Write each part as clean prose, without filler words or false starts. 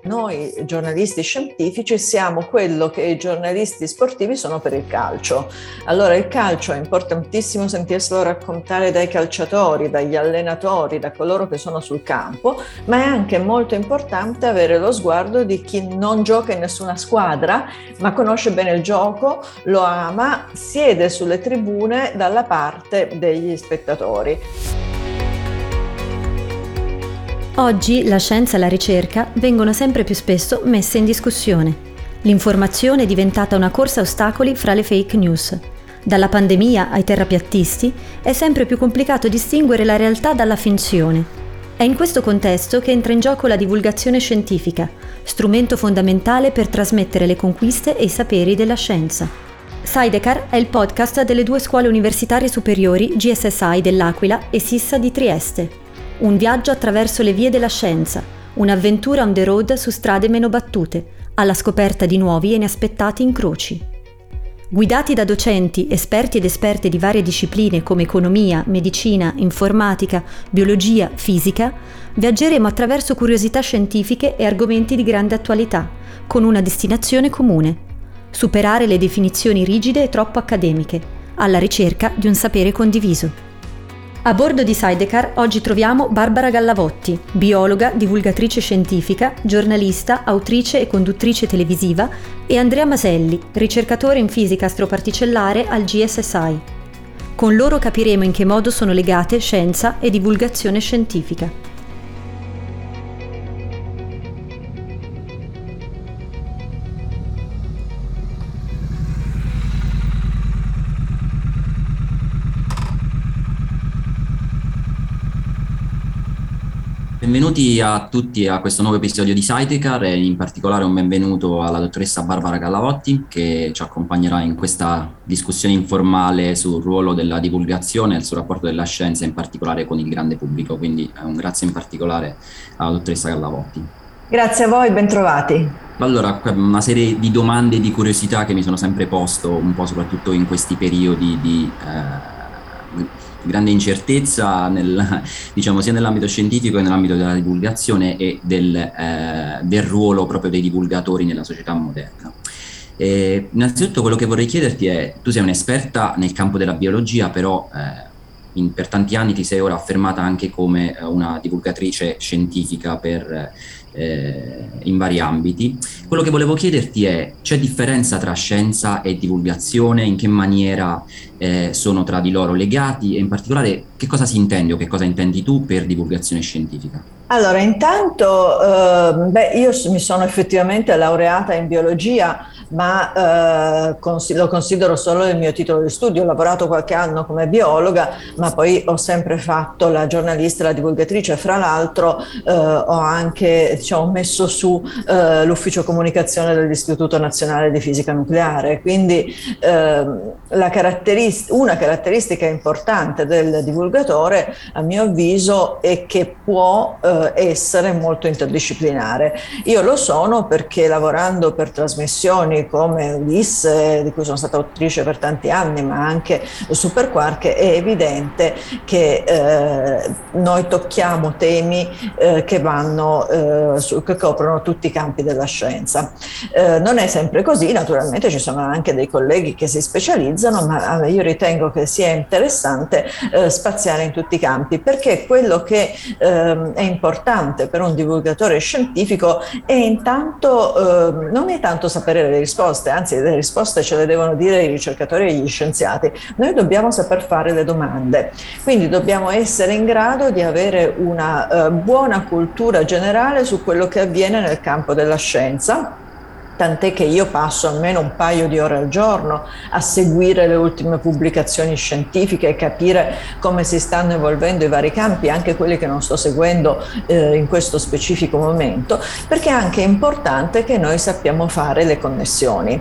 Noi giornalisti scientifici siamo quello che i giornalisti sportivi sono per il calcio. Allora il calcio è importantissimo sentirselo raccontare dai calciatori, dagli allenatori, da coloro che sono sul campo, ma è anche molto importante avere lo sguardo di chi non gioca in nessuna squadra, ma conosce bene il gioco, lo ama, siede sulle tribune dalla parte degli spettatori. Oggi la scienza e la ricerca vengono sempre più spesso messe in discussione. L'informazione è diventata una corsa a ostacoli fra le fake news. Dalla pandemia ai terrapiattisti è sempre più complicato distinguere la realtà dalla finzione. È in questo contesto che entra in gioco la divulgazione scientifica, strumento fondamentale per trasmettere le conquiste e i saperi della scienza. Sidecar è il podcast delle due scuole universitarie superiori GSSI dell'Aquila e Sissa di Trieste. Un viaggio attraverso le vie della scienza, un'avventura on the road su strade meno battute, alla scoperta di nuovi e inaspettati incroci. Guidati da docenti, esperti ed esperte di varie discipline come economia, medicina, informatica, biologia, fisica, viaggeremo attraverso curiosità scientifiche e argomenti di grande attualità, con una destinazione comune: superare le definizioni rigide e troppo accademiche, alla ricerca di un sapere condiviso. A bordo di Sidecar oggi troviamo Barbara Gallavotti, biologa, divulgatrice scientifica, giornalista, autrice e conduttrice televisiva, e Andrea Maselli, ricercatore in fisica astroparticellare al GSSI. Con loro capiremo in che modo sono legate scienza e divulgazione scientifica. Benvenuti a tutti a questo nuovo episodio di Sidecar e in particolare un benvenuto alla dottoressa Barbara Gallavotti che ci accompagnerà in questa discussione informale sul ruolo della divulgazione e il suo rapporto della scienza in particolare con il grande pubblico, quindi un grazie in particolare alla dottoressa Gallavotti. Grazie a voi, bentrovati. Allora, una serie di domande e di curiosità che mi sono sempre posto, un po' soprattutto in questi periodi di grande incertezza diciamo sia nell'ambito scientifico che nell'ambito della divulgazione e del ruolo proprio dei divulgatori nella società moderna. Innanzitutto quello che vorrei chiederti è: tu sei un'esperta nel campo della biologia, però per tanti anni ti sei ora affermata anche come una divulgatrice scientifica in vari ambiti. Quello che volevo chiederti è: c'è differenza tra scienza e divulgazione? In che maniera sono tra di loro legati? E in particolare che cosa si intende o che cosa intendi tu per divulgazione scientifica? Allora, intanto io mi sono effettivamente laureata in biologia, ma lo considero solo il mio titolo di studio. Ho lavorato qualche anno come biologa, ma poi ho sempre fatto la giornalista e la divulgatrice. Fra l'altro ho anche messo su l'ufficio comunicazione dell'Istituto Nazionale di Fisica Nucleare, quindi una caratteristica importante del divulgatore, a mio avviso, è che può essere molto interdisciplinare. Io lo sono perché, lavorando per trasmissioni come Ulisse, di cui sono stata autrice per tanti anni, ma anche Super Quark, è evidente che noi tocchiamo temi che coprono tutti i campi della scienza. Non è sempre così, naturalmente ci sono anche dei colleghi che si specializzano, ma io ritengo che sia interessante spaziare in tutti i campi, perché quello che è importante per un divulgatore scientifico è intanto non è tanto sapere le risposte, anzi le risposte ce le devono dire i ricercatori e gli scienziati. Noi dobbiamo saper fare le domande, quindi dobbiamo essere in grado di avere una buona cultura generale su quello che avviene nel campo della scienza. Tant'è che io passo almeno un paio di ore al giorno a seguire le ultime pubblicazioni scientifiche e capire come si stanno evolvendo i vari campi, anche quelli che non sto seguendo in questo specifico momento, perché è anche importante che noi sappiamo fare le connessioni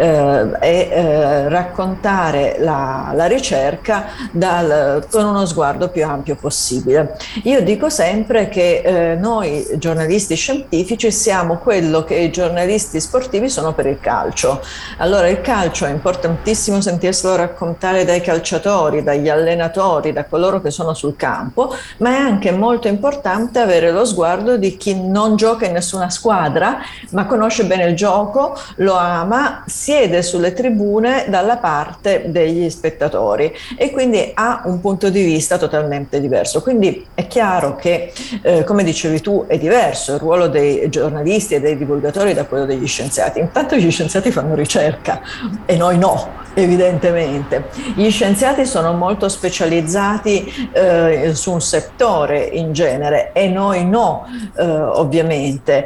e raccontare la ricerca con uno sguardo più ampio possibile. Io dico sempre che noi giornalisti scientifici siamo quello che i giornalisti sportivi sportivi sono per il calcio. Allora il calcio è importantissimo sentirselo raccontare dai calciatori, dagli allenatori, da coloro che sono sul campo, ma è anche molto importante avere lo sguardo di chi non gioca in nessuna squadra, ma conosce bene il gioco, lo ama, siede sulle tribune dalla parte degli spettatori e quindi ha un punto di vista totalmente diverso. Quindi è chiaro che, come dicevi tu, è diverso il ruolo dei giornalisti e dei divulgatori da quello degli scienziati. Intanto gli scienziati fanno ricerca e noi no, evidentemente. Gli scienziati sono molto specializzati su un settore in genere e noi no, ovviamente.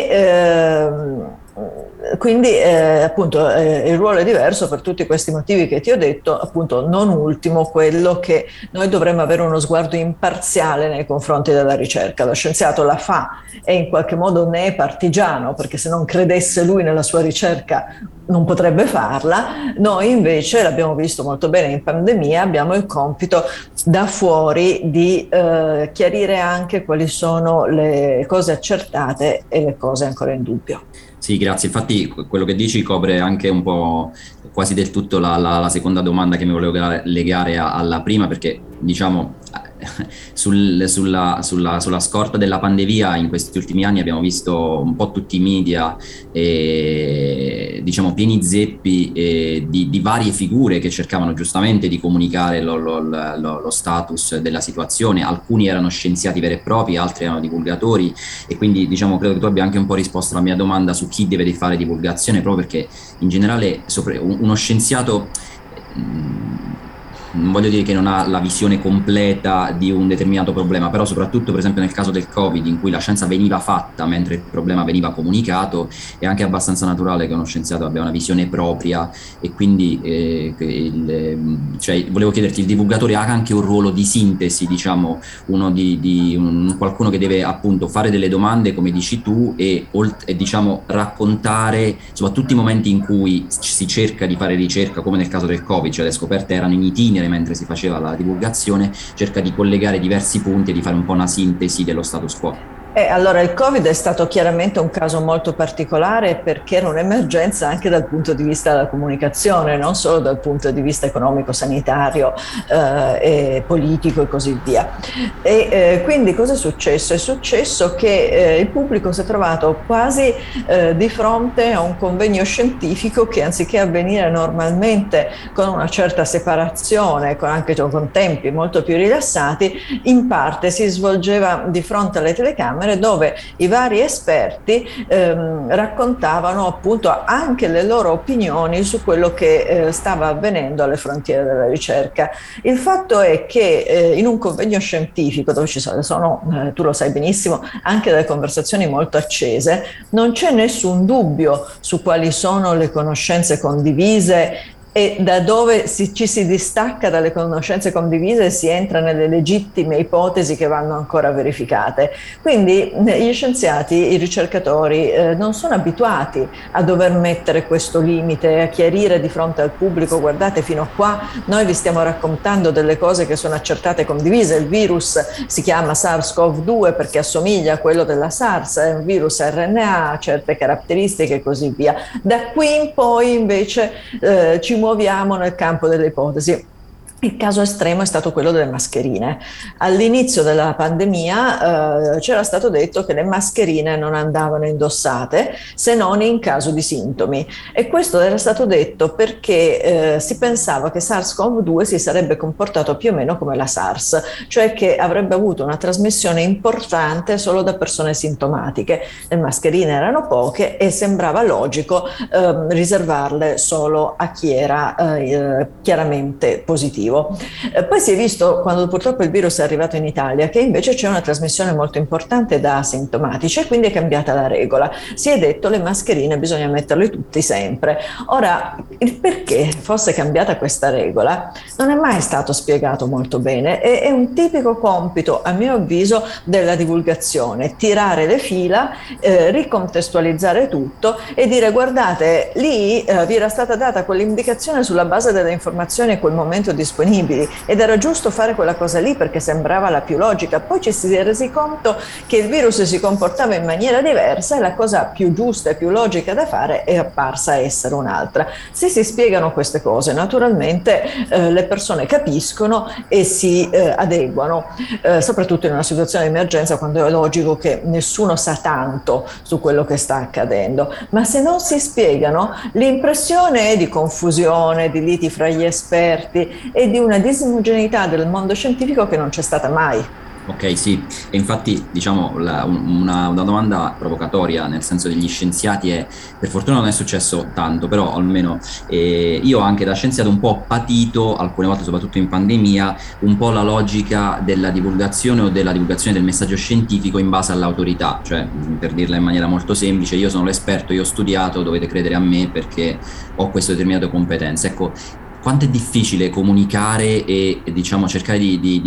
Quindi appunto il ruolo è diverso per tutti questi motivi che ti ho detto, appunto non ultimo quello che noi dovremmo avere uno sguardo imparziale nei confronti della ricerca. Lo scienziato la fa e in qualche modo ne è partigiano, perché se non credesse lui nella sua ricerca non potrebbe farla. Noi invece, l'abbiamo visto molto bene in pandemia, abbiamo il compito da fuori di chiarire anche quali sono le cose accertate e le cose ancora in dubbio. Sì, grazie. Infatti quello che dici copre anche un po', quasi del tutto, la seconda domanda che mi volevo legare alla prima, perché diciamo sulla scorta della pandemia in questi ultimi anni abbiamo visto un po' tutti i media diciamo pieni zeppi di varie figure che cercavano giustamente di comunicare lo status della situazione. Alcuni erano scienziati veri e propri, altri erano divulgatori, e quindi diciamo credo che tu abbia anche un po' risposto alla mia domanda su chi deve fare divulgazione, proprio perché in generale uno scienziato non voglio dire che non ha la visione completa di un determinato problema, però soprattutto per esempio nel caso del Covid, in cui la scienza veniva fatta mentre il problema veniva comunicato, è anche abbastanza naturale che uno scienziato abbia una visione propria, e quindi cioè, volevo chiederti, il divulgatore ha anche un ruolo di sintesi, diciamo, qualcuno che deve appunto fare delle domande, come dici tu, e diciamo raccontare soprattutto i momenti in cui si cerca di fare ricerca, come nel caso del Covid, cioè le scoperte erano in itinere mentre si faceva la divulgazione, cerca di collegare diversi punti e di fare un po' una sintesi dello status quo. Allora il Covid è stato chiaramente un caso molto particolare, perché era un'emergenza anche dal punto di vista della comunicazione, non solo dal punto di vista economico, sanitario e politico e così via. Quindi cosa è successo? È successo che il pubblico si è trovato quasi di fronte a un convegno scientifico che, anziché avvenire normalmente con una certa separazione, anche con tempi molto più rilassati, in parte si svolgeva di fronte alle telecamere, dove i vari esperti raccontavano appunto anche le loro opinioni su quello che stava avvenendo alle frontiere della ricerca. Il fatto è che in un convegno scientifico, dove ci sono, tu lo sai benissimo, anche delle conversazioni molto accese, non c'è nessun dubbio su quali sono le conoscenze condivise e da dove ci si distacca dalle conoscenze condivise e si entra nelle legittime ipotesi che vanno ancora verificate. Quindi gli scienziati, i ricercatori non sono abituati a dover mettere questo limite, a chiarire di fronte al pubblico: guardate, fino a qua noi vi stiamo raccontando delle cose che sono accertate e condivise. Il virus si chiama SARS-CoV-2 perché assomiglia a quello della SARS, è un virus RNA, ha certe caratteristiche e così via. Da qui in poi invece ci muoviamo nel campo delle ipotesi. Il caso estremo è stato quello delle mascherine. All'inizio della pandemia c'era stato detto che le mascherine non andavano indossate se non in caso di sintomi, e questo era stato detto perché si pensava che SARS-CoV-2 si sarebbe comportato più o meno come la SARS, cioè che avrebbe avuto una trasmissione importante solo da persone sintomatiche. Le mascherine erano poche e sembrava logico riservarle solo a chi era chiaramente positivo. Poi si è visto, quando purtroppo il virus è arrivato in Italia, che invece c'è una trasmissione molto importante da asintomatici, e quindi è cambiata la regola. Si è detto: le mascherine bisogna metterle tutti sempre. Ora, il perché fosse cambiata questa regola non è mai stato spiegato molto bene. È un tipico compito, a mio avviso, della divulgazione: tirare le fila, ricontestualizzare tutto e dire: guardate, lì vi era stata data quell'indicazione sulla base delle informazioni e quel momento disponibilità disponibili, ed era giusto fare quella cosa lì perché sembrava la più logica. Poi ci si è resi conto che il virus si comportava in maniera diversa e la cosa più giusta e più logica da fare è apparsa essere un'altra. Se si spiegano queste cose, naturalmente le persone capiscono e si adeguano, soprattutto in una situazione di emergenza, quando è logico che nessuno sa tanto su quello che sta accadendo. Ma se non si spiegano, l'impressione è di confusione, di liti fra gli esperti e di una disomogeneità del mondo scientifico che non c'è stata mai. Ok, sì, e infatti diciamo una domanda provocatoria, nel senso degli scienziati è, per fortuna non è successo tanto, però almeno io anche da scienziato un po' ho patito, alcune volte soprattutto in pandemia, un po' la logica della divulgazione o della divulgazione del messaggio scientifico in base all'autorità, cioè per dirla in maniera molto semplice, io sono l'esperto, io ho studiato, dovete credere a me perché ho queste determinate competenze. Ecco, quanto è difficile comunicare e diciamo cercare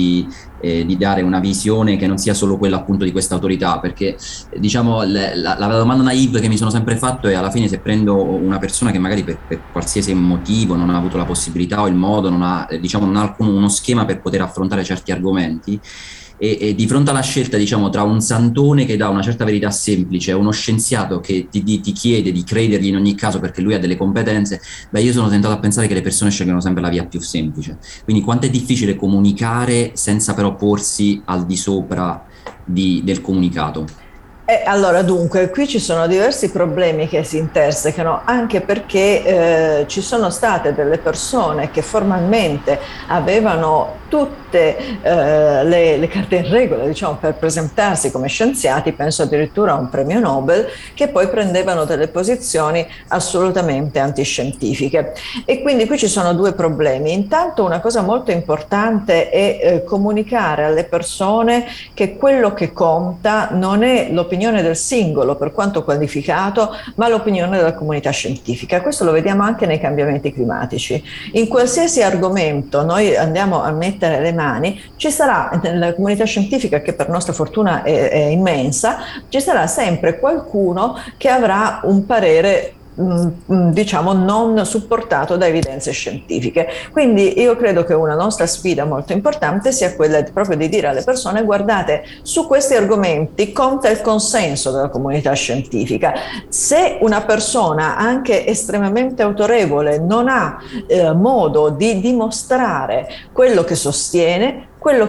di dare una visione che non sia solo quella appunto di questa autorità, perché diciamo la domanda naive che mi sono sempre fatto è, alla fine, se prendo una persona che magari per qualsiasi motivo non ha avuto la possibilità o il modo, non ha uno schema per poter affrontare certi argomenti, e di fronte alla scelta, diciamo, tra un santone che dà una certa verità semplice e uno scienziato che ti chiede di credergli in ogni caso perché lui ha delle competenze, beh, io sono tentato a pensare che le persone scelgono sempre la via più semplice. Quindi quanto è difficile comunicare senza però porsi al di sopra del comunicato. Allora, dunque, qui ci sono diversi problemi che si intersecano, anche perché ci sono state delle persone che formalmente avevano tutte le carte in regola, diciamo, per presentarsi come scienziati, penso addirittura a un premio Nobel, che poi prendevano delle posizioni assolutamente antiscientifiche. E quindi qui ci sono due problemi. Intanto, una cosa molto importante è comunicare alle persone che quello che conta non è l'opinione del singolo, per quanto qualificato, ma l'opinione della comunità scientifica. Questo lo vediamo anche nei cambiamenti climatici. In qualsiasi argomento noi andiamo a mettere le mani, ci sarà nella comunità scientifica, che per nostra fortuna è immensa, ci sarà sempre qualcuno che avrà un parere diciamo non supportato da evidenze scientifiche. Quindi io credo che una nostra sfida molto importante sia quella proprio di dire alle persone: guardate, su questi argomenti conta il consenso della comunità scientifica. Se una persona anche estremamente autorevole non ha modo di dimostrare quello che sostiene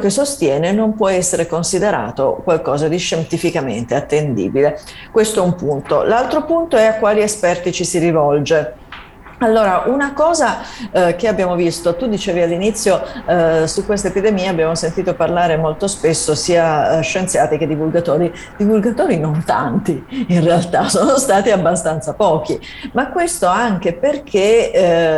non può essere considerato qualcosa di scientificamente attendibile. Questo è un punto. L'altro punto è a quali esperti ci si rivolge. Allora, una cosa che abbiamo visto, tu dicevi all'inizio, su questa epidemia abbiamo sentito parlare molto spesso sia scienziati che divulgatori non tanti, in realtà sono stati abbastanza pochi, ma questo anche perché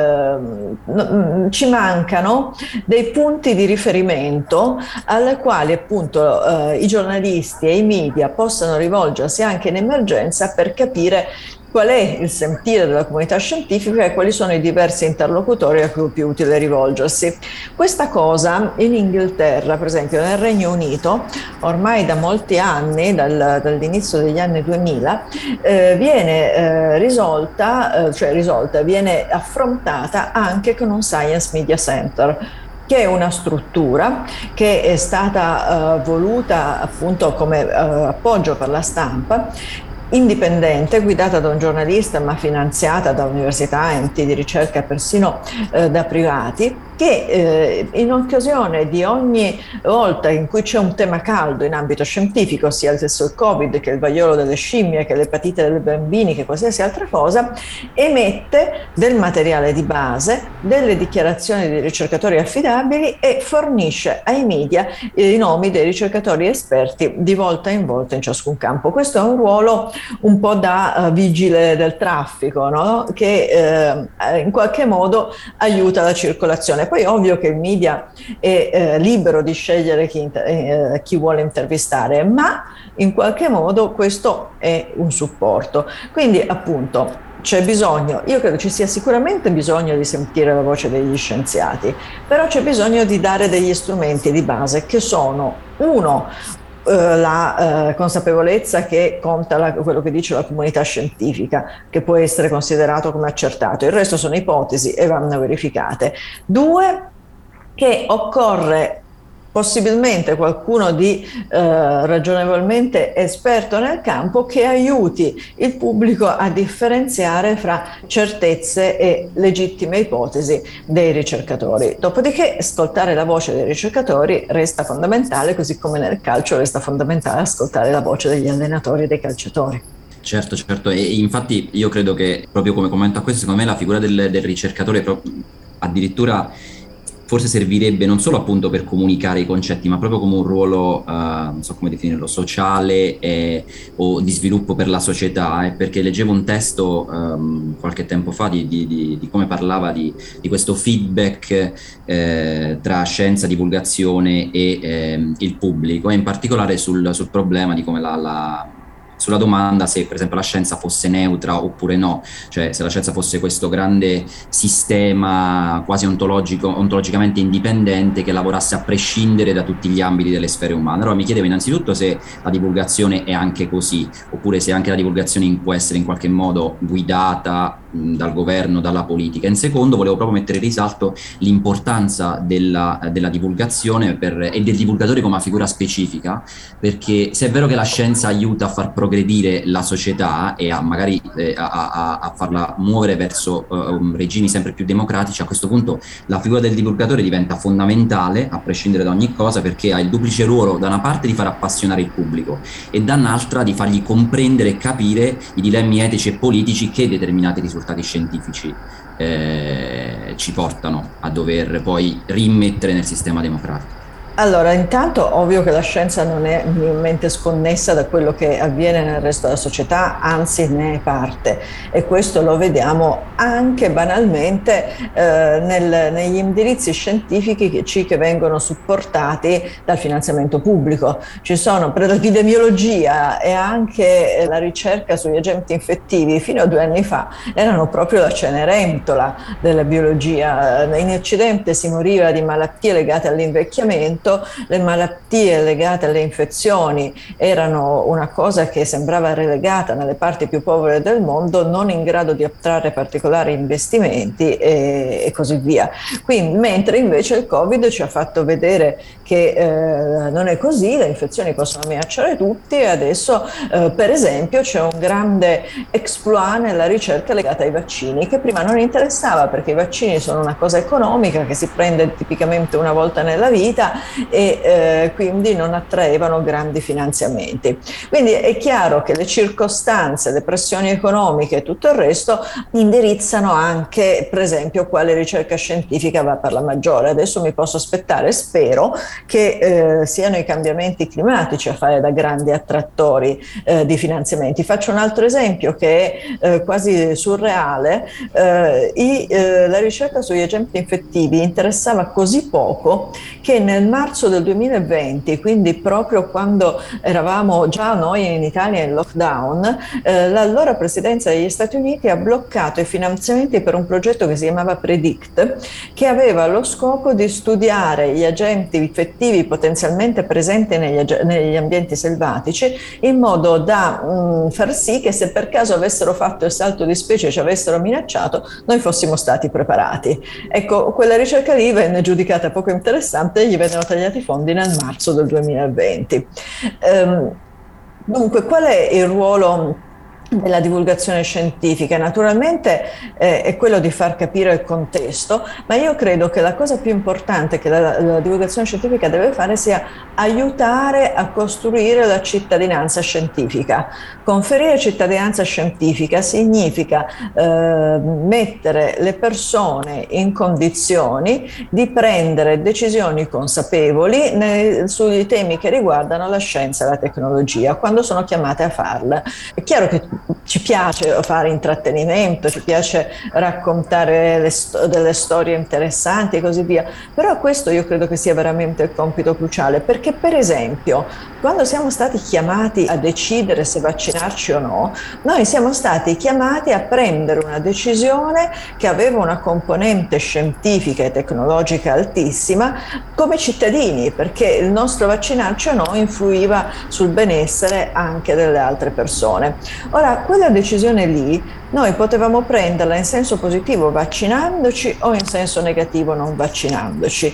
ci mancano dei punti di riferimento alle quali appunto i giornalisti e i media possano rivolgersi anche in emergenza per capire qual è il sentire della comunità scientifica e quali sono i diversi interlocutori a cui è più utile rivolgersi. Questa cosa in Inghilterra, per esempio nel Regno Unito, ormai da molti anni, dall'inizio degli anni 2000, viene viene affrontata anche con un Science Media Center, che è una struttura che è stata voluta appunto come appoggio per la stampa, indipendente, guidata da un giornalista ma finanziata da università, enti di ricerca, persino da privati, che in occasione di ogni volta in cui c'è un tema caldo in ambito scientifico, sia il Covid che il vaiolo delle scimmie, che l'epatite dei bambini, che qualsiasi altra cosa, emette del materiale di base, delle dichiarazioni di ricercatori affidabili e fornisce ai media i nomi dei ricercatori esperti di volta in volta in ciascun campo. Questo è un ruolo un po' da vigile del traffico, no? Che in qualche modo aiuta la circolazione. Poi è ovvio che il media è libero di scegliere chi vuole intervistare, ma in qualche modo questo è un supporto. Quindi appunto c'è bisogno, io credo ci sia sicuramente bisogno di sentire la voce degli scienziati, però c'è bisogno di dare degli strumenti di base che sono, uno, la consapevolezza che conta quello che dice la comunità scientifica, che può essere considerato come accertato, il resto sono ipotesi e vanno verificate. Due, che occorre possibilmente qualcuno di ragionevolmente esperto nel campo che aiuti il pubblico a differenziare fra certezze e legittime ipotesi dei ricercatori. Dopodiché ascoltare la voce dei ricercatori resta fondamentale, così come nel calcio resta fondamentale ascoltare la voce degli allenatori e dei calciatori. Certo, certo, e infatti io credo che proprio come commento a questo, secondo me la figura del ricercatore addirittura forse servirebbe non solo appunto per comunicare i concetti, ma proprio come un ruolo, non so come definirlo, sociale o di sviluppo per la società, perché leggevo un testo qualche tempo fa di come parlava di questo feedback tra scienza, divulgazione e il pubblico, e in particolare sul problema di come sulla domanda se per esempio la scienza fosse neutra oppure no, cioè se la scienza fosse questo grande sistema quasi ontologicamente indipendente che lavorasse a prescindere da tutti gli ambiti delle sfere umane. Allora mi chiedevo innanzitutto se la divulgazione è anche così, oppure se anche la divulgazione può essere in qualche modo guidata dal governo, dalla politica. In secondo volevo proprio mettere in risalto l'importanza della divulgazione e del divulgatore come una figura specifica, perché se è vero che la scienza aiuta a far progredire la società e magari a farla muovere verso regimi sempre più democratici, a questo punto la figura del divulgatore diventa fondamentale a prescindere da ogni cosa, perché ha il duplice ruolo da una parte di far appassionare il pubblico e dall'altra di fargli comprendere e capire i dilemmi etici e politici che determinati risultati scientifici ci portano a dover poi rimettere nel sistema democratico. Allora, intanto ovvio che la scienza non è minimamente sconnessa da quello che avviene nel resto della società, anzi ne è parte, e questo lo vediamo anche banalmente negli indirizzi scientifici che vengono supportati dal finanziamento pubblico. Ci sono per l'epidemiologia e anche la ricerca sugli agenti infettivi fino a 2 anni fa erano proprio la cenerentola della biologia. In Occidente si moriva di malattie legate all'invecchiamento. Le malattie legate alle infezioni erano una cosa che sembrava relegata nelle parti più povere del mondo, non in grado di attrarre particolari investimenti e così via. Quindi, mentre invece il Covid ci ha fatto vedere che non è così, le infezioni possono minacciare tutti e adesso per esempio c'è un grande exploit nella ricerca legata ai vaccini che prima non interessava, perché i vaccini sono una cosa economica che si prende tipicamente una volta nella vita e quindi non attraevano grandi finanziamenti. Quindi è chiaro che le circostanze, le pressioni economiche e tutto il resto indirizzano anche, per esempio, quale ricerca scientifica va per la maggiore. Adesso mi posso aspettare, spero, che siano i cambiamenti climatici a fare da grandi attrattori di finanziamenti. Faccio un altro esempio che è quasi surreale. La ricerca sugli agenti infettivi interessava così poco che nel marzo del 2020, quindi proprio quando eravamo già noi in Italia in lockdown, l'allora Presidenza degli Stati Uniti ha bloccato i finanziamenti per un progetto che si chiamava PREDICT, che aveva lo scopo di studiare gli agenti infettivi potenzialmente presenti negli ambienti selvatici, in modo da far sì che se per caso avessero fatto il salto di specie e ci avessero minacciato, noi fossimo stati preparati. Ecco, quella ricerca lì venne giudicata poco interessante e gli vennero tagliati i fondi nel marzo del 2020. Dunque, qual è il ruolo della divulgazione scientifica? Naturalmente è quello di far capire il contesto, ma io credo che la cosa più importante che la divulgazione scientifica deve fare sia aiutare a costruire la cittadinanza scientifica. Conferire cittadinanza scientifica significa mettere le persone in condizioni di prendere decisioni consapevoli sui temi che riguardano la scienza e la tecnologia, quando sono chiamate a farla. È chiaro che ci piace fare intrattenimento, ci piace raccontare delle storie interessanti e così via, però questo io credo che sia veramente il compito cruciale, perché per esempio quando siamo stati chiamati a decidere se vaccinarci o no, noi siamo stati chiamati a prendere una decisione che aveva una componente scientifica e tecnologica altissima come cittadini, perché il nostro vaccinarci o no influiva sul benessere anche delle altre persone. Ora, quella decisione lì noi potevamo prenderla in senso positivo vaccinandoci o in senso negativo non vaccinandoci.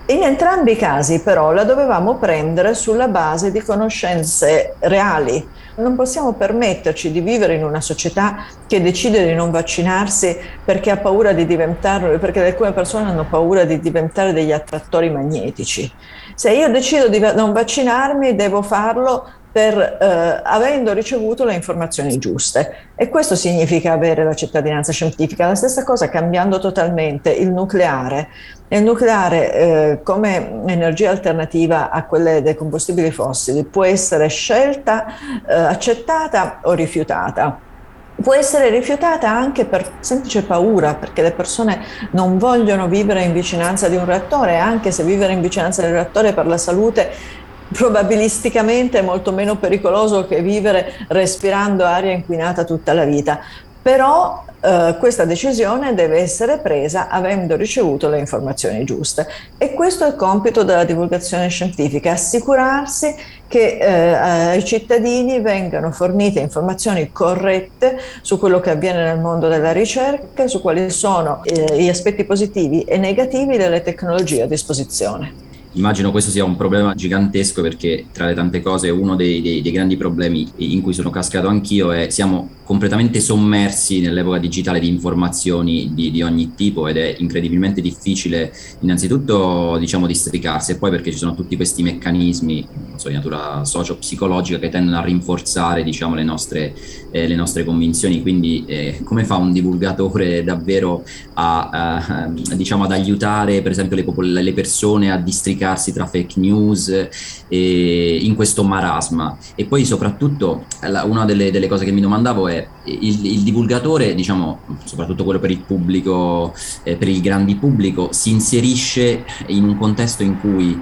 In entrambi i casi però la dovevamo prendere sulla base di conoscenze reali. Non possiamo permetterci di vivere in una società che decide di non vaccinarsi perché ha paura di diventare, perché alcune persone hanno paura di diventare degli attrattori magnetici. Se io decido di non vaccinarmi, devo farlo avendo ricevuto le informazioni giuste, e questo significa avere la cittadinanza scientifica. La stessa cosa cambiando totalmente il nucleare. Il nucleare come energia alternativa a quelle dei combustibili fossili può essere scelta, accettata o rifiutata. Può essere rifiutata anche per semplice paura, perché le persone non vogliono vivere in vicinanza di un reattore, anche se vivere in vicinanza del reattore per la salute probabilisticamente è molto meno pericoloso che vivere respirando aria inquinata tutta la vita. Però questa decisione deve essere presa avendo ricevuto le informazioni giuste, e questo è il compito della divulgazione scientifica: assicurarsi che ai cittadini vengano fornite informazioni corrette su quello che avviene nel mondo della ricerca, su quali sono gli aspetti positivi e negativi delle tecnologie a disposizione. Immagino questo sia un problema gigantesco, perché tra le tante cose uno dei grandi problemi in cui sono cascato anch'io è siamo completamente sommersi nell'epoca digitale di informazioni di ogni tipo, ed è incredibilmente difficile innanzitutto districarsi, e poi perché ci sono tutti questi meccanismi, non so, di natura socio-psicologica che tendono a rinforzare le nostre convinzioni. Quindi come fa un divulgatore davvero ad aiutare per esempio le persone a districarsi tra fake news in questo marasma? E poi soprattutto una delle cose che mi domandavo è il divulgatore, soprattutto quello per il pubblico, per il grande pubblico, si inserisce in un contesto in cui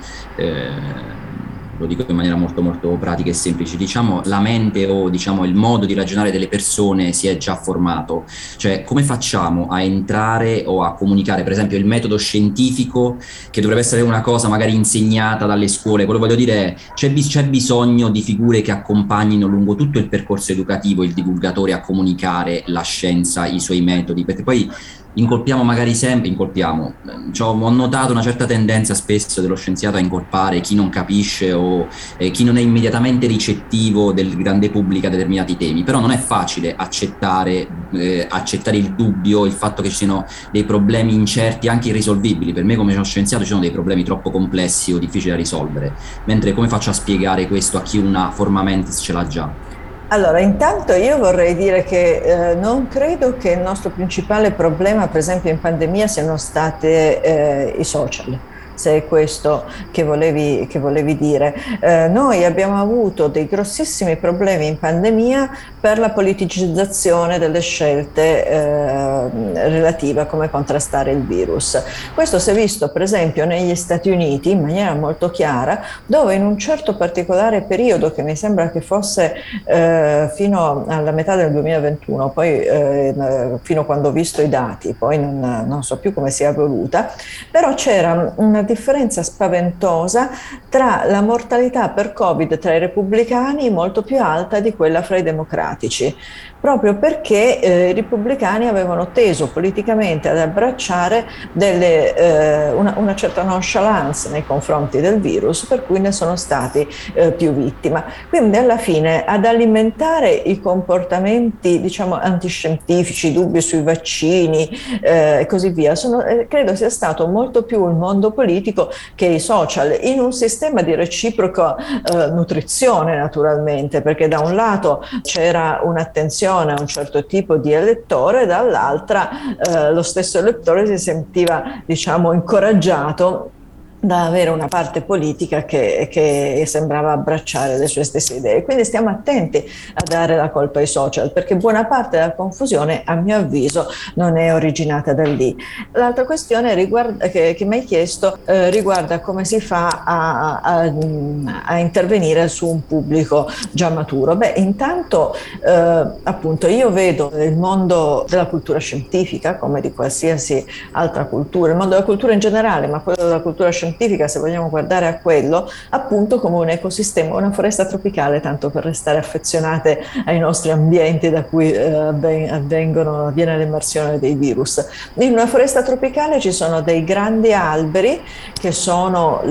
lo dico in maniera molto molto pratica e semplice, la mente o il modo di ragionare delle persone si è già formato. Cioè, come facciamo a entrare o a comunicare, per esempio, il metodo scientifico, che dovrebbe essere una cosa magari insegnata dalle scuole? Quello voglio dire è, c'è bisogno di figure che accompagnino lungo tutto il percorso educativo il divulgatore a comunicare la scienza, i suoi metodi, perché poi ho notato una certa tendenza spesso dello scienziato a incolpare chi non capisce o chi non è immediatamente ricettivo del grande pubblico a determinati temi. Però non è facile accettare il dubbio, il fatto che ci siano dei problemi incerti, anche irrisolvibili. Per me come scienziato ci sono dei problemi troppo complessi o difficili da risolvere, mentre come faccio a spiegare questo a chi una forma mentis ce l'ha già? Allora, intanto io vorrei dire che non credo che il nostro principale problema, per esempio in pandemia, siano state i social, se è questo che volevi dire. Noi abbiamo avuto dei grossissimi problemi in pandemia per la politicizzazione delle scelte relative a come contrastare il virus. Questo si è visto per esempio negli Stati Uniti in maniera molto chiara, dove in un certo particolare periodo, che mi sembra che fosse fino alla metà del 2021, poi fino a quando ho visto i dati, poi non so più come sia evoluta, però c'era una differenza spaventosa tra la mortalità per Covid tra i repubblicani molto più alta di quella fra i democratici, proprio perché i repubblicani avevano teso politicamente ad abbracciare una certa nonchalance nei confronti del virus, per cui ne sono stati più vittime. Quindi alla fine ad alimentare i comportamenti antiscientifici, dubbi sui vaccini e così via, credo sia stato molto più il mondo politico che i social, in un sistema di reciproca nutrizione naturalmente, perché da un lato c'era un'attenzione a un certo tipo di elettore, dall'altra lo stesso elettore si sentiva incoraggiato da avere una parte politica che sembrava abbracciare le sue stesse idee. Quindi stiamo attenti a dare la colpa ai social, perché buona parte della confusione, a mio avviso, non è originata da lì. L'altra questione che mi hai chiesto riguarda come si fa a intervenire su un pubblico già maturo. Intanto appunto io vedo il mondo della cultura scientifica, come di qualsiasi altra cultura, il mondo della cultura in generale, ma quello della cultura scientifica scientifica, se vogliamo guardare a quello, appunto come un ecosistema, una foresta tropicale, tanto per restare affezionate ai nostri ambienti da cui avviene l'emersione dei virus. In una foresta tropicale ci sono dei grandi alberi che sono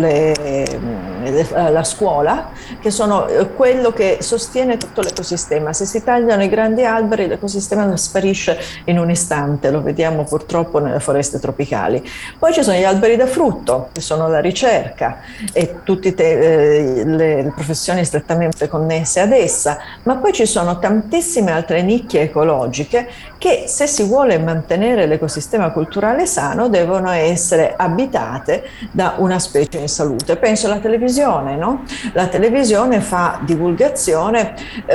la scuola, che sono quello che sostiene tutto l'ecosistema. Se si tagliano i grandi alberi, l'ecosistema sparisce in un istante, lo vediamo purtroppo nelle foreste tropicali. Poi ci sono gli alberi da frutto, che sono la ricerca e tutte le professioni strettamente connesse ad essa, ma poi ci sono tantissime altre nicchie ecologiche che, se si vuole mantenere l'ecosistema culturale sano, devono essere abitate da una specie in salute. Penso alla televisione, no? La televisione fa divulgazione,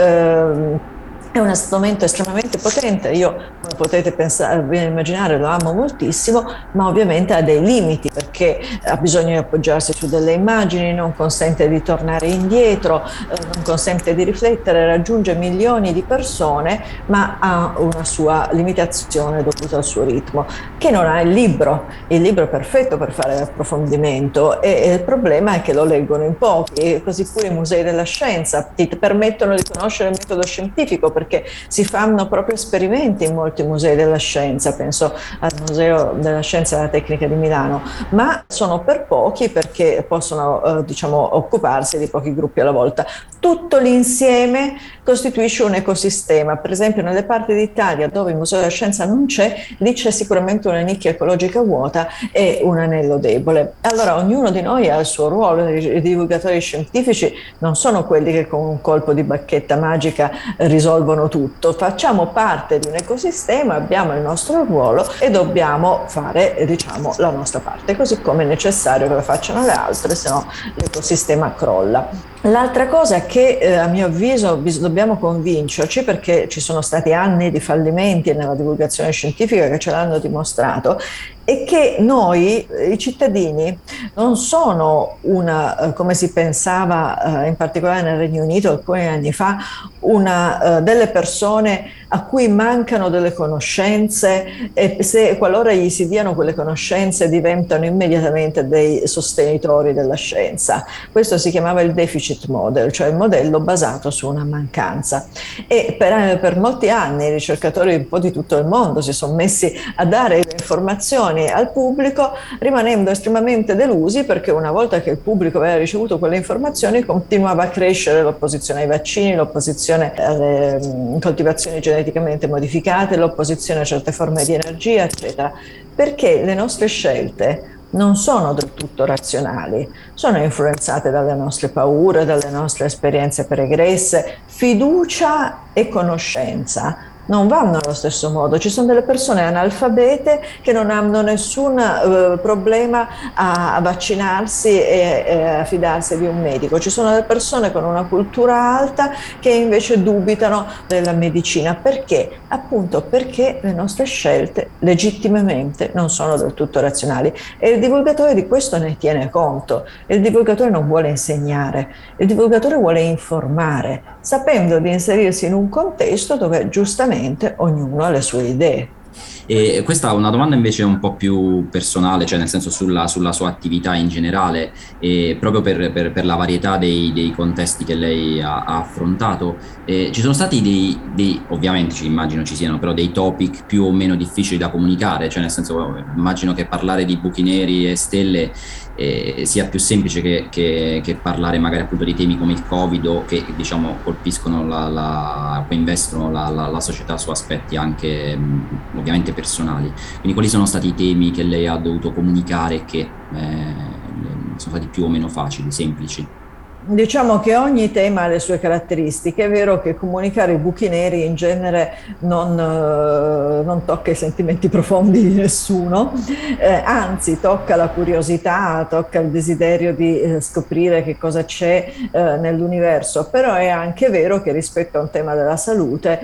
è uno strumento estremamente potente. Io, come potete immaginare, lo amo moltissimo, ma ovviamente ha dei limiti, perché ha bisogno di appoggiarsi su delle immagini, non consente di tornare indietro, non consente di riflettere, raggiunge milioni di persone, ma ha una sua limitazione dovuta al suo ritmo, che non ha il libro. Il libro è perfetto per fare approfondimento, e il problema è che lo leggono in pochi, e così pure i musei della scienza ti permettono di conoscere il metodo scientifico, perché si fanno proprio esperimenti in molti musei della scienza, penso al Museo della Scienza e della Tecnica di Milano, ma sono per pochi, perché possono occuparsi di pochi gruppi alla volta. Tutto l'insieme costituisce un ecosistema. Per esempio, nelle parti d'Italia dove il Museo della Scienza non c'è, lì c'è sicuramente una nicchia ecologica vuota e un anello debole. Allora ognuno di noi ha il suo ruolo. I divulgatori scientifici non sono quelli che con un colpo di bacchetta magica risolvono tutto. Facciamo parte di un ecosistema, abbiamo il nostro ruolo e dobbiamo fare, la nostra parte, così come è necessario che lo facciano le altre, se no l'ecosistema crolla. L'altra cosa che a mio avviso dobbiamo convincerci, perché ci sono stati anni di fallimenti nella divulgazione scientifica che ce l'hanno dimostrato, è che noi, i cittadini, non sono come si pensava in particolare nel Regno Unito alcuni anni fa, delle persone a cui mancano delle conoscenze, e qualora gli si diano quelle conoscenze diventano immediatamente dei sostenitori della scienza. Questo si chiamava il deficit model, cioè il modello basato su una mancanza. E per molti anni i ricercatori un po' di tutto il mondo si sono messi a dare le informazioni al pubblico, rimanendo estremamente delusi, perché una volta che il pubblico aveva ricevuto quelle informazioni continuava a crescere l'opposizione ai vaccini, l'opposizione alle coltivazioni geneticamente modificate, l'opposizione a certe forme di energia, eccetera, perché le nostre scelte non sono del tutto razionali, sono influenzate dalle nostre paure, dalle nostre esperienze pregresse. Fiducia e conoscenza non vanno allo stesso modo. Ci sono delle persone analfabete che non hanno nessun problema a vaccinarsi e a fidarsi di un medico. Ci sono delle persone con una cultura alta che invece dubitano della medicina. Perché? Appunto perché le nostre scelte legittimamente non sono del tutto razionali, e il divulgatore di questo ne tiene conto. Il divulgatore non vuole insegnare, il divulgatore vuole informare, sapendo di inserirsi in un contesto dove giustamente ognuno ha le sue idee. E questa è una domanda invece un po' più personale, cioè nel senso sulla sua attività in generale, e proprio per la varietà dei contesti che lei ha affrontato. Ci sono stati ovviamente immagino ci siano però dei topic più o meno difficili da comunicare, cioè nel senso immagino che parlare di buchi neri e stelle sia più semplice che parlare magari appunto di temi come il Covid, o che diciamo colpiscono coinvestono la società su aspetti anche ovviamente personali. Quindi quali sono stati i temi che lei ha dovuto comunicare che sono stati più o meno facili, semplici? Diciamo che ogni tema ha le sue caratteristiche. È vero che comunicare i buchi neri in genere non tocca i sentimenti profondi di nessuno, anzi tocca la curiosità, tocca il desiderio di scoprire che cosa c'è nell'universo, però è anche vero che rispetto a un tema della salute,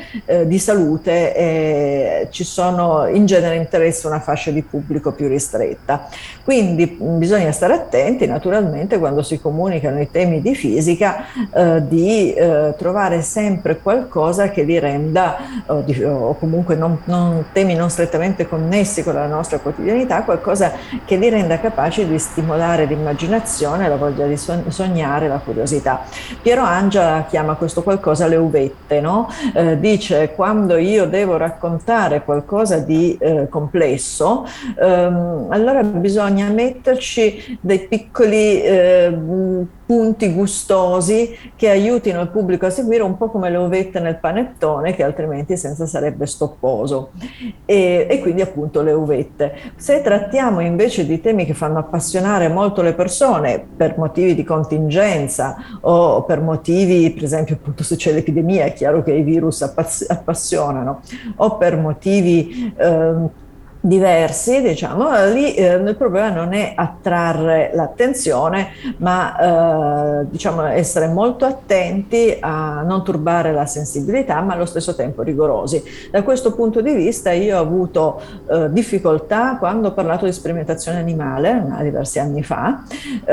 ci sono in genere interessa una fascia di pubblico più ristretta. Quindi bisogna stare attenti naturalmente quando si comunicano i temi di di fisica, di trovare sempre qualcosa che li renda, o comunque temi non strettamente connessi con la nostra quotidianità, qualcosa che li renda capaci di stimolare l'immaginazione, la voglia di sognare, la curiosità. Piero Angela chiama questo qualcosa le uvette, no? Dice: quando io devo raccontare qualcosa di complesso, allora bisogna metterci dei piccoli punti gustosi che aiutino il pubblico a seguire, un po' come le uvette nel panettone, che altrimenti senza sarebbe stopposo. E quindi appunto le uvette. Se trattiamo invece di temi che fanno appassionare molto le persone per motivi di contingenza o per motivi, per esempio appunto se c'è l'epidemia è chiaro che i virus appassionano, o per motivi diversi, diciamo, lì il problema non è attrarre l'attenzione, ma diciamo essere molto attenti a non turbare la sensibilità, ma allo stesso tempo rigorosi. Da questo punto di vista io ho avuto difficoltà quando ho parlato di sperimentazione animale, diversi anni fa.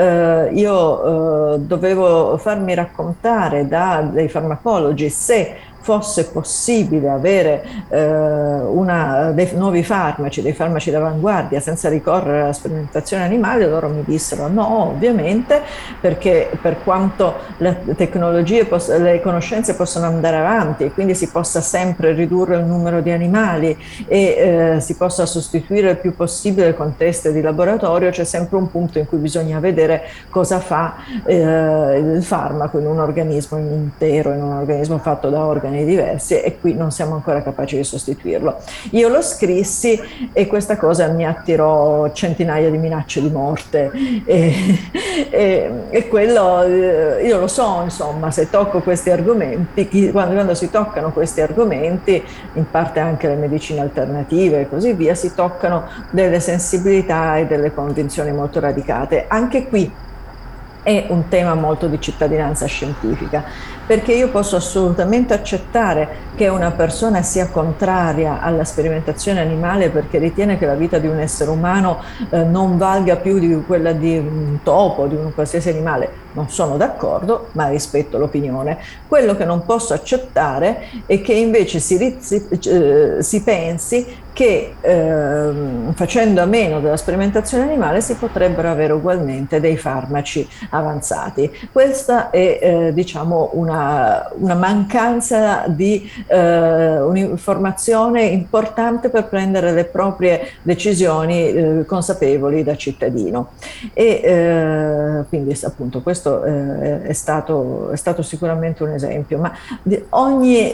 Io dovevo farmi raccontare da dei farmacologi se fosse possibile avere dei nuovi farmaci, dei farmaci d'avanguardia senza ricorrere alla sperimentazione animale. Loro mi dissero no, ovviamente, perché per quanto le tecnologie, le conoscenze possono andare avanti e quindi si possa sempre ridurre il numero di animali e si possa sostituire il più possibile il contesto di laboratorio, c'è sempre un punto in cui bisogna vedere cosa fa il farmaco in un organismo intero, in un organismo fatto da organi diversi, e qui non siamo ancora capaci di sostituirlo. Io lo scrissi e questa cosa mi attirò centinaia di minacce di morte e quello io lo so, insomma, se tocco questi argomenti, quando si toccano questi argomenti, in parte anche le medicine alternative e così via, si toccano delle sensibilità e delle convinzioni molto radicate. Anche qui è un tema molto di cittadinanza scientifica, perché io posso assolutamente accettare che una persona sia contraria alla sperimentazione animale perché ritiene che la vita di un essere umano non valga più di quella di un topo, di un qualsiasi animale. Non sono d'accordo, ma rispetto l'opinione. Quello che non posso accettare è che invece si pensi che facendo a meno della sperimentazione animale si potrebbero avere ugualmente dei farmaci avanzati. Questa è diciamo una mancanza di un'informazione importante per prendere le proprie decisioni consapevoli da cittadino. E quindi appunto questo è stato sicuramente un esempio, ma ogni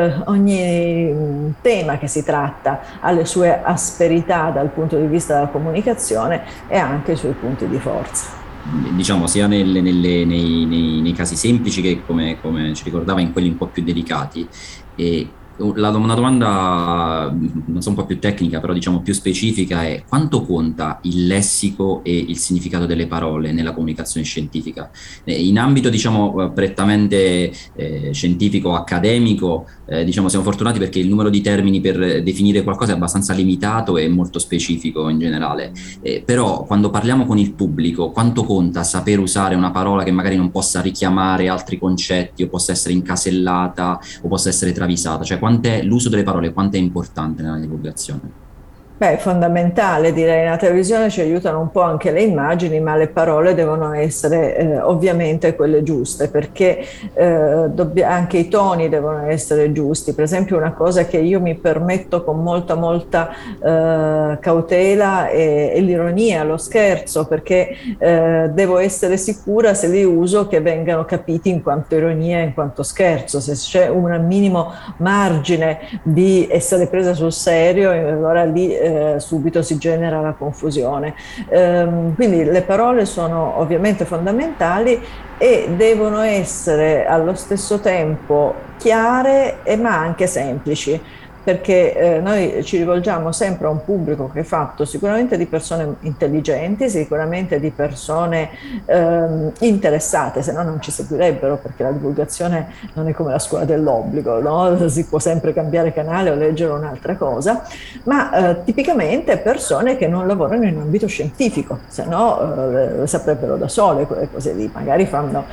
tema che si tratta ha le sue asperità dal punto di vista della comunicazione e anche i suoi punti di forza. Diciamo sia nei casi semplici che come ci ricordava in quelli un po' più delicati. E una domanda non so un po' più tecnica, però diciamo più specifica è: quanto conta il lessico e il significato delle parole nella comunicazione scientifica? In ambito diciamo prettamente scientifico accademico, diciamo siamo fortunati perché il numero di termini per definire qualcosa è abbastanza limitato e molto specifico in generale, però quando parliamo con il pubblico, quanto conta saper usare una parola che magari non possa richiamare altri concetti o possa essere incasellata o possa essere travisata? Cioè l'uso delle parole, quanto è importante nella divulgazione? Beh, è fondamentale, direi. Nella televisione ci aiutano un po' anche le immagini, ma le parole devono essere ovviamente quelle giuste, perché anche i toni devono essere giusti. Per esempio, una cosa che io mi permetto con molta cautela è l'ironia, lo scherzo, perché devo essere sicura, se li uso, che vengano capiti in quanto ironia, in quanto scherzo. Se c'è un minimo margine di essere presa sul serio, allora lì subito si genera la confusione. Quindi le parole sono ovviamente fondamentali e devono essere allo stesso tempo chiare ma anche semplici. perché noi ci rivolgiamo sempre a un pubblico che è fatto sicuramente di persone intelligenti, sicuramente di persone interessate, se no non ci seguirebbero, perché la divulgazione non è come la scuola dell'obbligo, no? Si può sempre cambiare canale o leggere un'altra cosa, ma tipicamente persone che non lavorano in ambito scientifico, se no saprebbero da sole quelle cose lì, magari fanno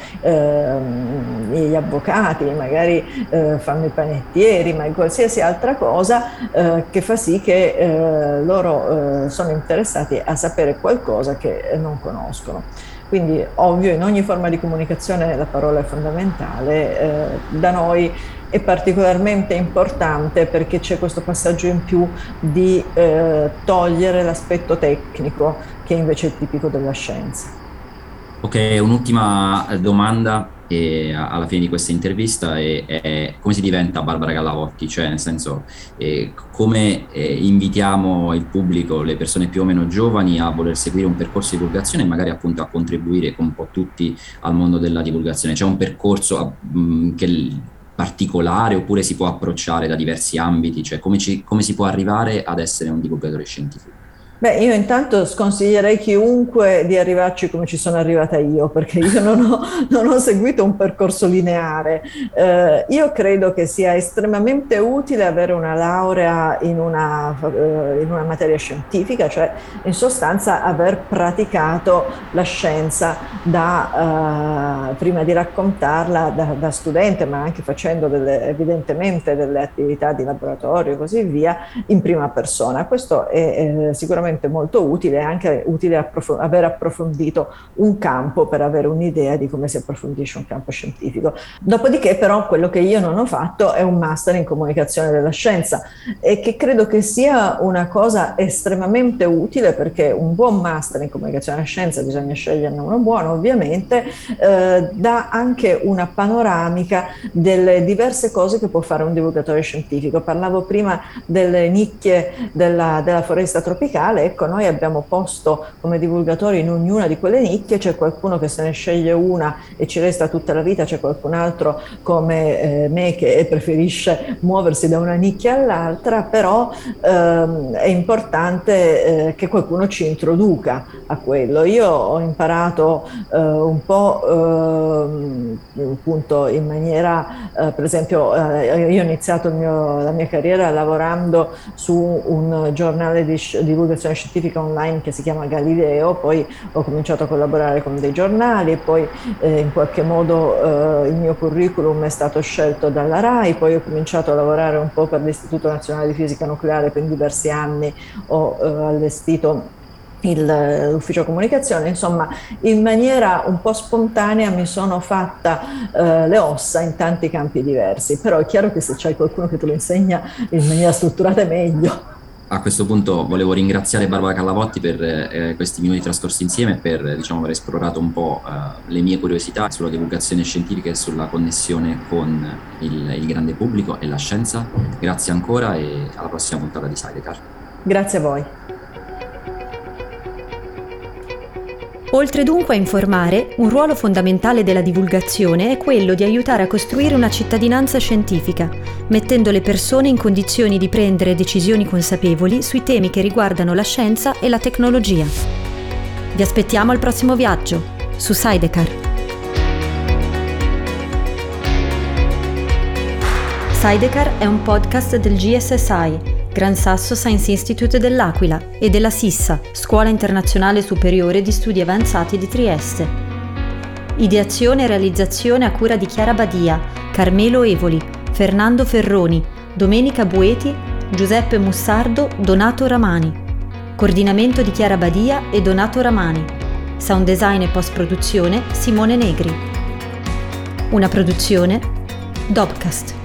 gli avvocati, magari fanno i panettieri, ma qualsiasi altra cosa che fa sì che loro sono interessati a sapere qualcosa che non conoscono. Quindi ovvio, in ogni forma di comunicazione la parola è fondamentale, da noi è particolarmente importante perché c'è questo passaggio in più di togliere l'aspetto tecnico che invece è tipico della scienza. Ok, un'ultima domanda alla fine di questa intervista è come si diventa Barbara Gallavotti? Cioè, nel senso, come invitiamo il pubblico, le persone più o meno giovani, a voler seguire un percorso di divulgazione e magari appunto a contribuire con un po' tutti al mondo della divulgazione? C'è un percorso particolare oppure si può approcciare da diversi ambiti? Cioè, come si può arrivare ad essere un divulgatore scientifico? Beh, io intanto sconsiglierei chiunque di arrivarci come ci sono arrivata io, perché io non ho seguito un percorso lineare. Io credo che sia estremamente utile avere una laurea in una materia scientifica, cioè in sostanza aver praticato la scienza prima di raccontarla da studente, ma anche facendo evidentemente delle attività di laboratorio e così via, in prima persona. Questo è sicuramente molto utile, è anche utile aver approfondito un campo per avere un'idea di come si approfondisce un campo scientifico. Dopodiché però quello che io non ho fatto è un master in comunicazione della scienza e che credo che sia una cosa estremamente utile, perché un buon master in comunicazione della scienza, bisogna sceglierne uno buono ovviamente, dà anche una panoramica delle diverse cose che può fare un divulgatore scientifico. Parlavo prima delle nicchie della foresta tropicale. Ecco, noi abbiamo posto come divulgatori in ognuna di quelle nicchie, c'è qualcuno che se ne sceglie una e ci resta tutta la vita, c'è qualcun altro come me che preferisce muoversi da una nicchia all'altra, però è importante che qualcuno ci introduca a quello. Io ho imparato un po' appunto in maniera, per esempio, io ho iniziato la mia carriera lavorando su un giornale di divulgazione scientifica online che si chiama Galileo, poi ho cominciato a collaborare con dei giornali e poi in qualche modo il mio curriculum è stato scelto dalla RAI, poi ho cominciato a lavorare un po' per l'Istituto Nazionale di Fisica Nucleare, per diversi anni ho allestito l'ufficio comunicazione. Insomma, in maniera un po' spontanea mi sono fatta le ossa in tanti campi diversi, però è chiaro che se c'è qualcuno che te lo insegna in maniera strutturata è meglio. A questo punto volevo ringraziare Barbara Gallavotti per questi minuti trascorsi insieme e per, diciamo, aver esplorato un po' le mie curiosità sulla divulgazione scientifica e sulla connessione con il grande pubblico e la scienza. Grazie ancora e alla prossima puntata di Sidecar. Grazie a voi. Oltre dunque a informare, un ruolo fondamentale della divulgazione è quello di aiutare a costruire una cittadinanza scientifica, mettendo le persone in condizioni di prendere decisioni consapevoli sui temi che riguardano la scienza e la tecnologia. Vi aspettiamo al prossimo viaggio, su Sidecar. Sidecar è un podcast del GSSI, Gran Sasso Science Institute dell'Aquila, e della SISSA, Scuola Internazionale Superiore di Studi Avanzati di Trieste. Ideazione e realizzazione a cura di Chiara Badia, Carmelo Evoli, Fernando Ferroni, Domenica Bueti, Giuseppe Mussardo, Donato Ramani. Coordinamento di Chiara Badia e Donato Ramani. Sound design e post-produzione Simone Negri. Una produzione Dobcast.